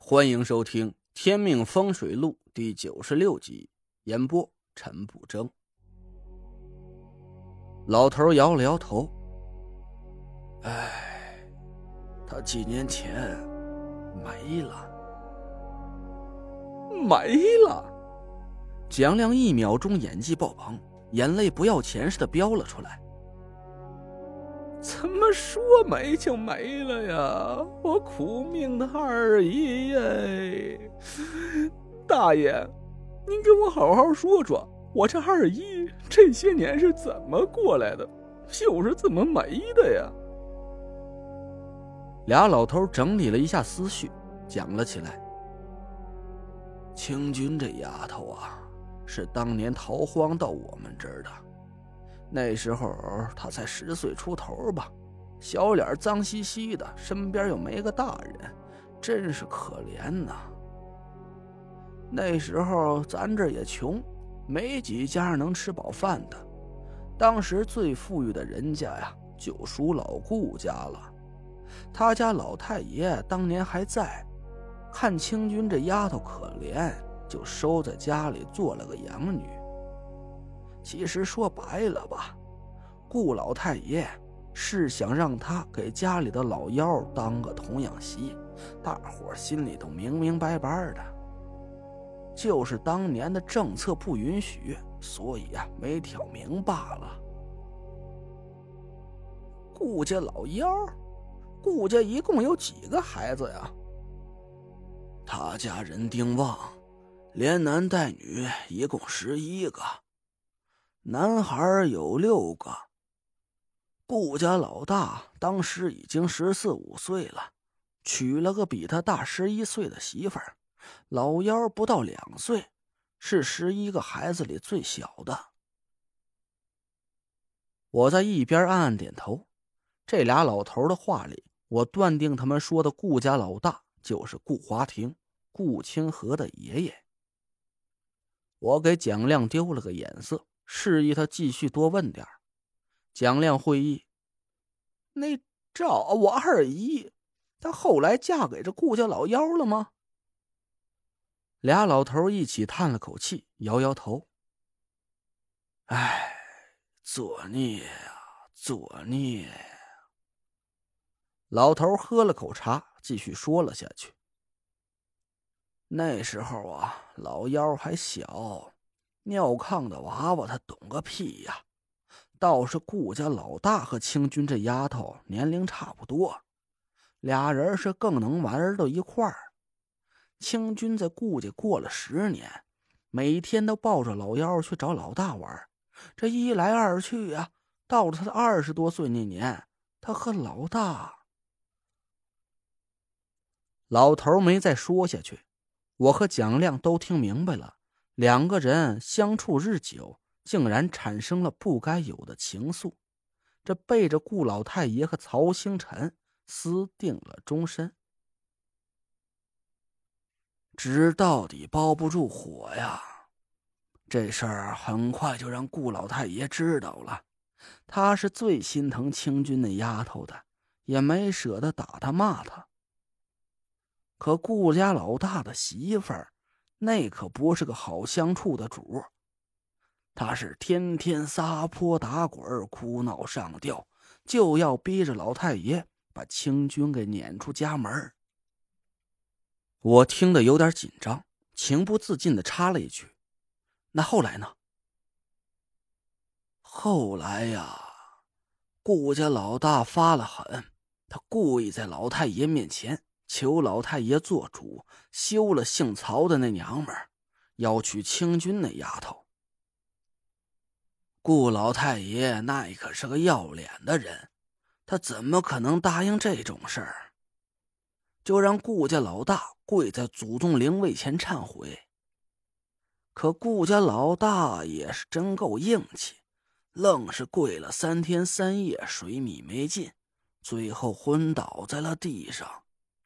欢迎收听《天命风水录》第96集，演播陈不争。老头摇了摇头，他几年前没了。 没了！ 蒋亮1秒钟演技爆棚，眼泪不要钱似的飙了出来。 怎么说没就没了呀？我苦命的二姨耶！大爷，您给我好好说说，我这二姨这些年是怎么过来的，又是怎么没的呀？ 俩老头整理了一下思绪，讲了起来。清君这丫头啊，是当年逃荒到我们这儿的。那时候他才10岁出头吧，小脸脏兮兮的，身边又没个大人，真是可怜呐。那时候咱这也穷，没几家能吃饱饭的。当时最富裕的人家呀，就属老顾家了。他家老太爷当年还在，看清君这丫头可怜，就收在家里做了个养女。其实说白了吧，顾老太爷是想让他给家里的老幺当个童养媳，大伙心里都明明白白的。就是当年的政策不允许，所以没挑明罢了。顾家老幺，顾家一共有几个孩子呀？他家人丁旺，连男带女一共11个。男孩有6个。顾家老大当时已经14、15岁了，娶了个比他大11岁的媳妇儿，老幺不到2岁，是11个孩子里最小的。我在一边暗暗点头，这俩老头的话里，我断定他们说的顾家老大就是顾华庭，顾清河的爷爷。我给蒋亮丢了个眼色，示意他继续多问点。蒋亮会意，那照我二姨，她后来嫁给这顾家老幺了吗？俩老头一起叹了口气，摇摇头。作孽啊，作孽啊！老头喝了口茶，继续说了下去。那时候啊，老幺还小，尿炕的娃娃他懂个屁呀。倒是顾家老大和清君这丫头年龄差不多，俩人是更能玩到一块儿。清君在顾家过了10年，每天都抱着老幺去找老大玩。这一来二去啊，到了他20多岁那年，他和老大……老头没再说下去，我和蒋亮都听明白了，两个人相处日久，竟然产生了不该有的情愫，这背着顾老太爷和曹星辰私定了终身。纸到底包不住火呀，这事儿很快就让顾老太爷知道了。他是最心疼清君那丫头的，也没舍得打他骂他。可顾家老大的媳妇儿，那可不是个好相处的主。他是天天撒泼打滚，哭闹上吊，就要逼着老太爷把清君给撵出家门。我听得有点紧张，情不自禁地插了一句：那后来呢？后来呀，顾家老大发了狠，他故意在老太爷面前求老太爷做主，休了姓曹的那娘们儿，要娶清君那丫头。顾老太爷那可是个要脸的人，他怎么可能答应这种事儿？就让顾家老大跪在祖宗灵位前忏悔。可顾家老大也是真够硬气，愣是跪了3天3夜，水米没进，最后昏倒在了地上。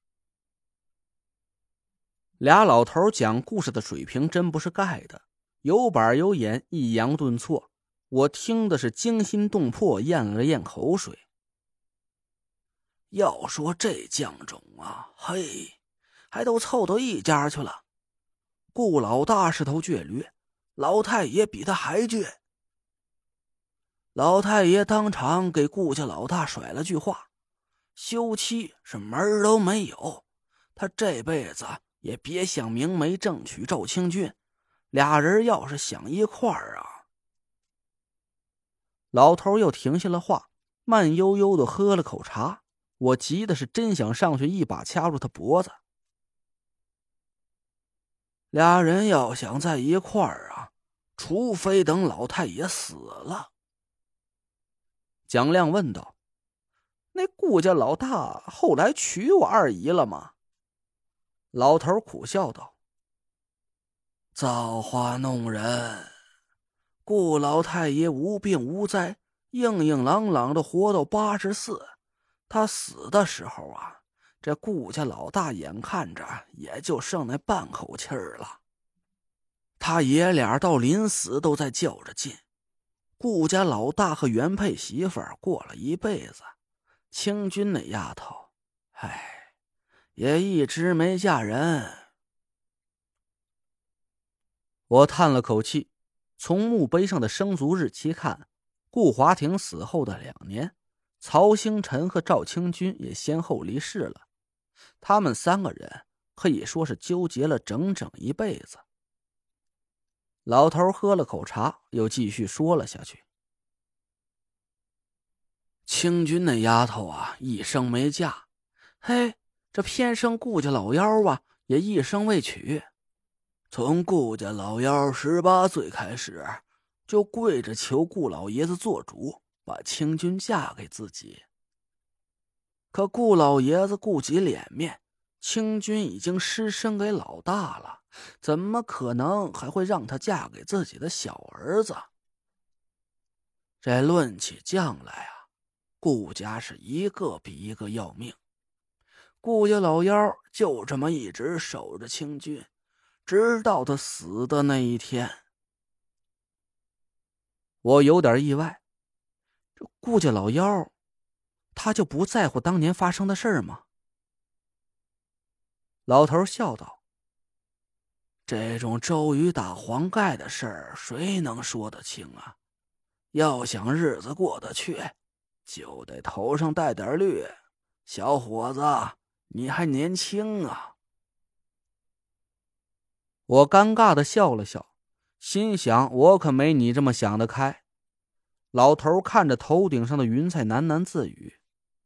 俩老头讲故事的水平真不是盖的，有板有眼，抑扬顿挫，我听的是惊心动魄，咽了咽口水。要说这犟种啊，嘿， 还都凑到一家去了。顾老大是头倔驴，老太爷比他还倔。老太爷当场给顾家老大甩了句话，休妻是门儿都没有，他这辈子也别想明媒正娶赵清君，俩人要是想一块儿啊。老头又停下了话，慢悠悠地喝了口茶，我急的是真想上去一把掐住他脖子。俩人要想在一块儿啊，除非等老太爷死了。蒋亮问道：那顾家老大后来娶我二姨了吗？老头苦笑道：造化弄人，顾老太爷无病无灾，硬硬朗朗的活到84，他死的时候啊，这顾家老大眼看着也就剩那半口气儿了。他爷俩到临死都在较着劲。顾家老大和原配媳妇儿过了一辈子，清君那丫头，也一直没嫁人。我叹了口气，从墓碑上的生卒日期看，顾华庭死后的2年，曹兴臣和赵清君也先后离世了。他们3个人可以说是纠结了整整一辈子。老头喝了口茶，又继续说了下去。清君那丫头啊，一生没嫁，这偏生顾家老幺啊，也一生未娶。从顾家老幺18岁开始，就跪着求顾老爷子做主，把清君嫁给自己。可顾老爷子顾及脸面，清君已经失身给老大了，怎么可能还会让她嫁给自己的小儿子？这论起将来啊，顾家是一个比一个要命。顾家老幺就这么一直守着清君，直到他死的那一天。我有点意外，这顾家老幺他就不在乎当年发生的事儿吗？老头笑道：这种周瑜打黄盖的事儿，谁能说得清啊？要想日子过得去，就得头上带点绿。小伙子，你还年轻啊。我尴尬的笑了笑，心想我可没你这么想得开。老头看着头顶上的云彩，喃喃自语：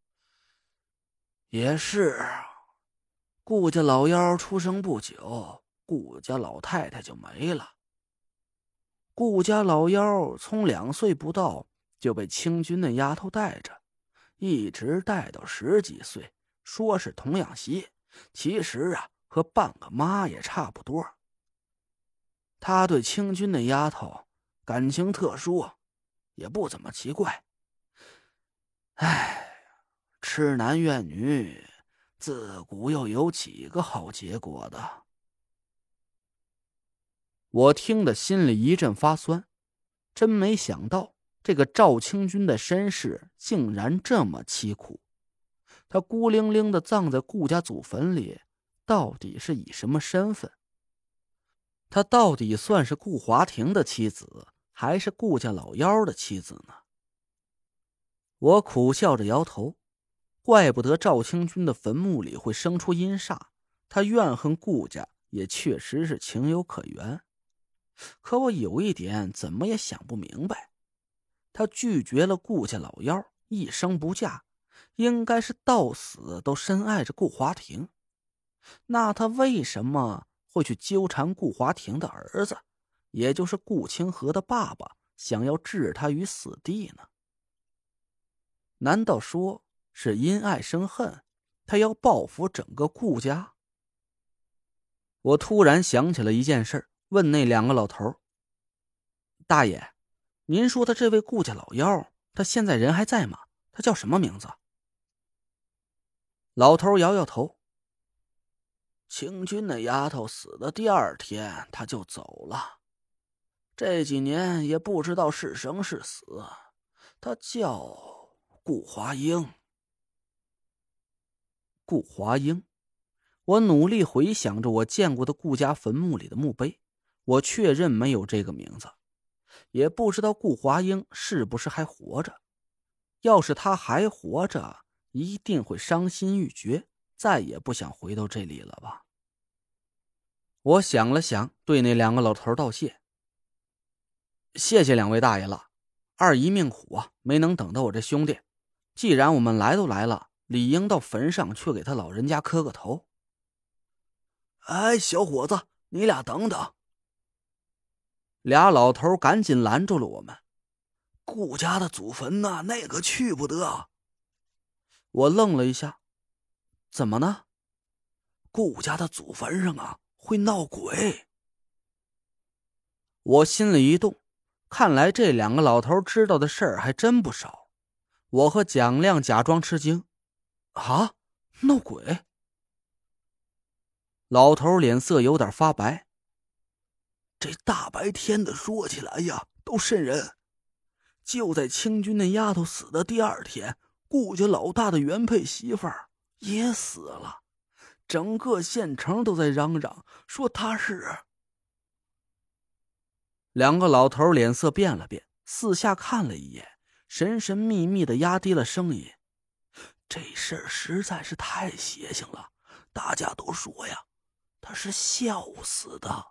也是，顾家老幺出生不久，顾家老太太就没了。顾家老幺从2岁不到就被清君那丫头带着，一直带到10几岁，说是童养媳，其实啊和半个妈也差不多。他对清君那丫头感情特殊，也不怎么奇怪。痴男怨女，自古又有几个好结果的？我听得心里一阵发酸，真没想到这个赵清君的身世竟然这么凄苦。他孤零零的葬在顾家祖坟里，到底是以什么身份？他到底算是顾华庭的妻子，还是顾家老幺的妻子呢？我苦笑着摇头，怪不得赵清君的坟墓里会生出阴煞，他怨恨顾家也确实是情有可原。可我有一点怎么也想不明白，他拒绝了顾家老幺，一生不嫁，应该是到死都深爱着顾华庭，那他为什么会去纠缠顾华庭的儿子，也就是顾清河的爸爸，想要置他于死地呢？难道说是因爱生恨，他要报复整个顾家？我突然想起了一件事，问那2个老头：大爷，您说的这位顾家老幺，他现在人还在吗？他叫什么名字？老头摇摇头：清君那丫头死的第2天他就走了，这几年也不知道是生是死，他叫顾华英。顾华英， 我努力回想着我见过的顾家坟墓里的墓碑，我确认没有这个名字，也不知道顾华英是不是还活着。要是他还活着，一定会伤心欲绝，再也不想回到这里了吧。我想了想，对那两个老头道谢：谢谢两位大爷了，二姨命苦啊，没能等到我这兄弟。既然我们来都来了，理应到坟上去给他老人家磕个头。 哎，小伙子，你俩等等！ 俩老头赶紧拦住了我们。 顾家的祖坟呐，那个去不得。 我愣了一下，怎么呢？ 顾家的祖坟上啊，会闹鬼。 我心里一动，看来这两个老头知道的事儿还真不少。我和蒋亮假装吃惊：啊，闹鬼？老头脸色有点发白。 这大白天的说起来呀，都瘆人。就在清军那丫头死的第二天，顾家老大的原配媳妇儿也死了，整个县城都在嚷嚷说她是。 两个老头脸色变了变，四下看了一眼，神神秘秘地压低了声音： 这事儿实在是太邪性了，大家都说呀，她是笑死的。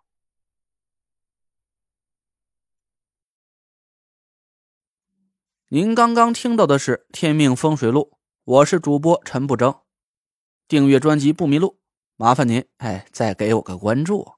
您刚刚听到的是《天命风水录》，我是主播陈不争。订阅专辑不迷路，麻烦您再给我个关注。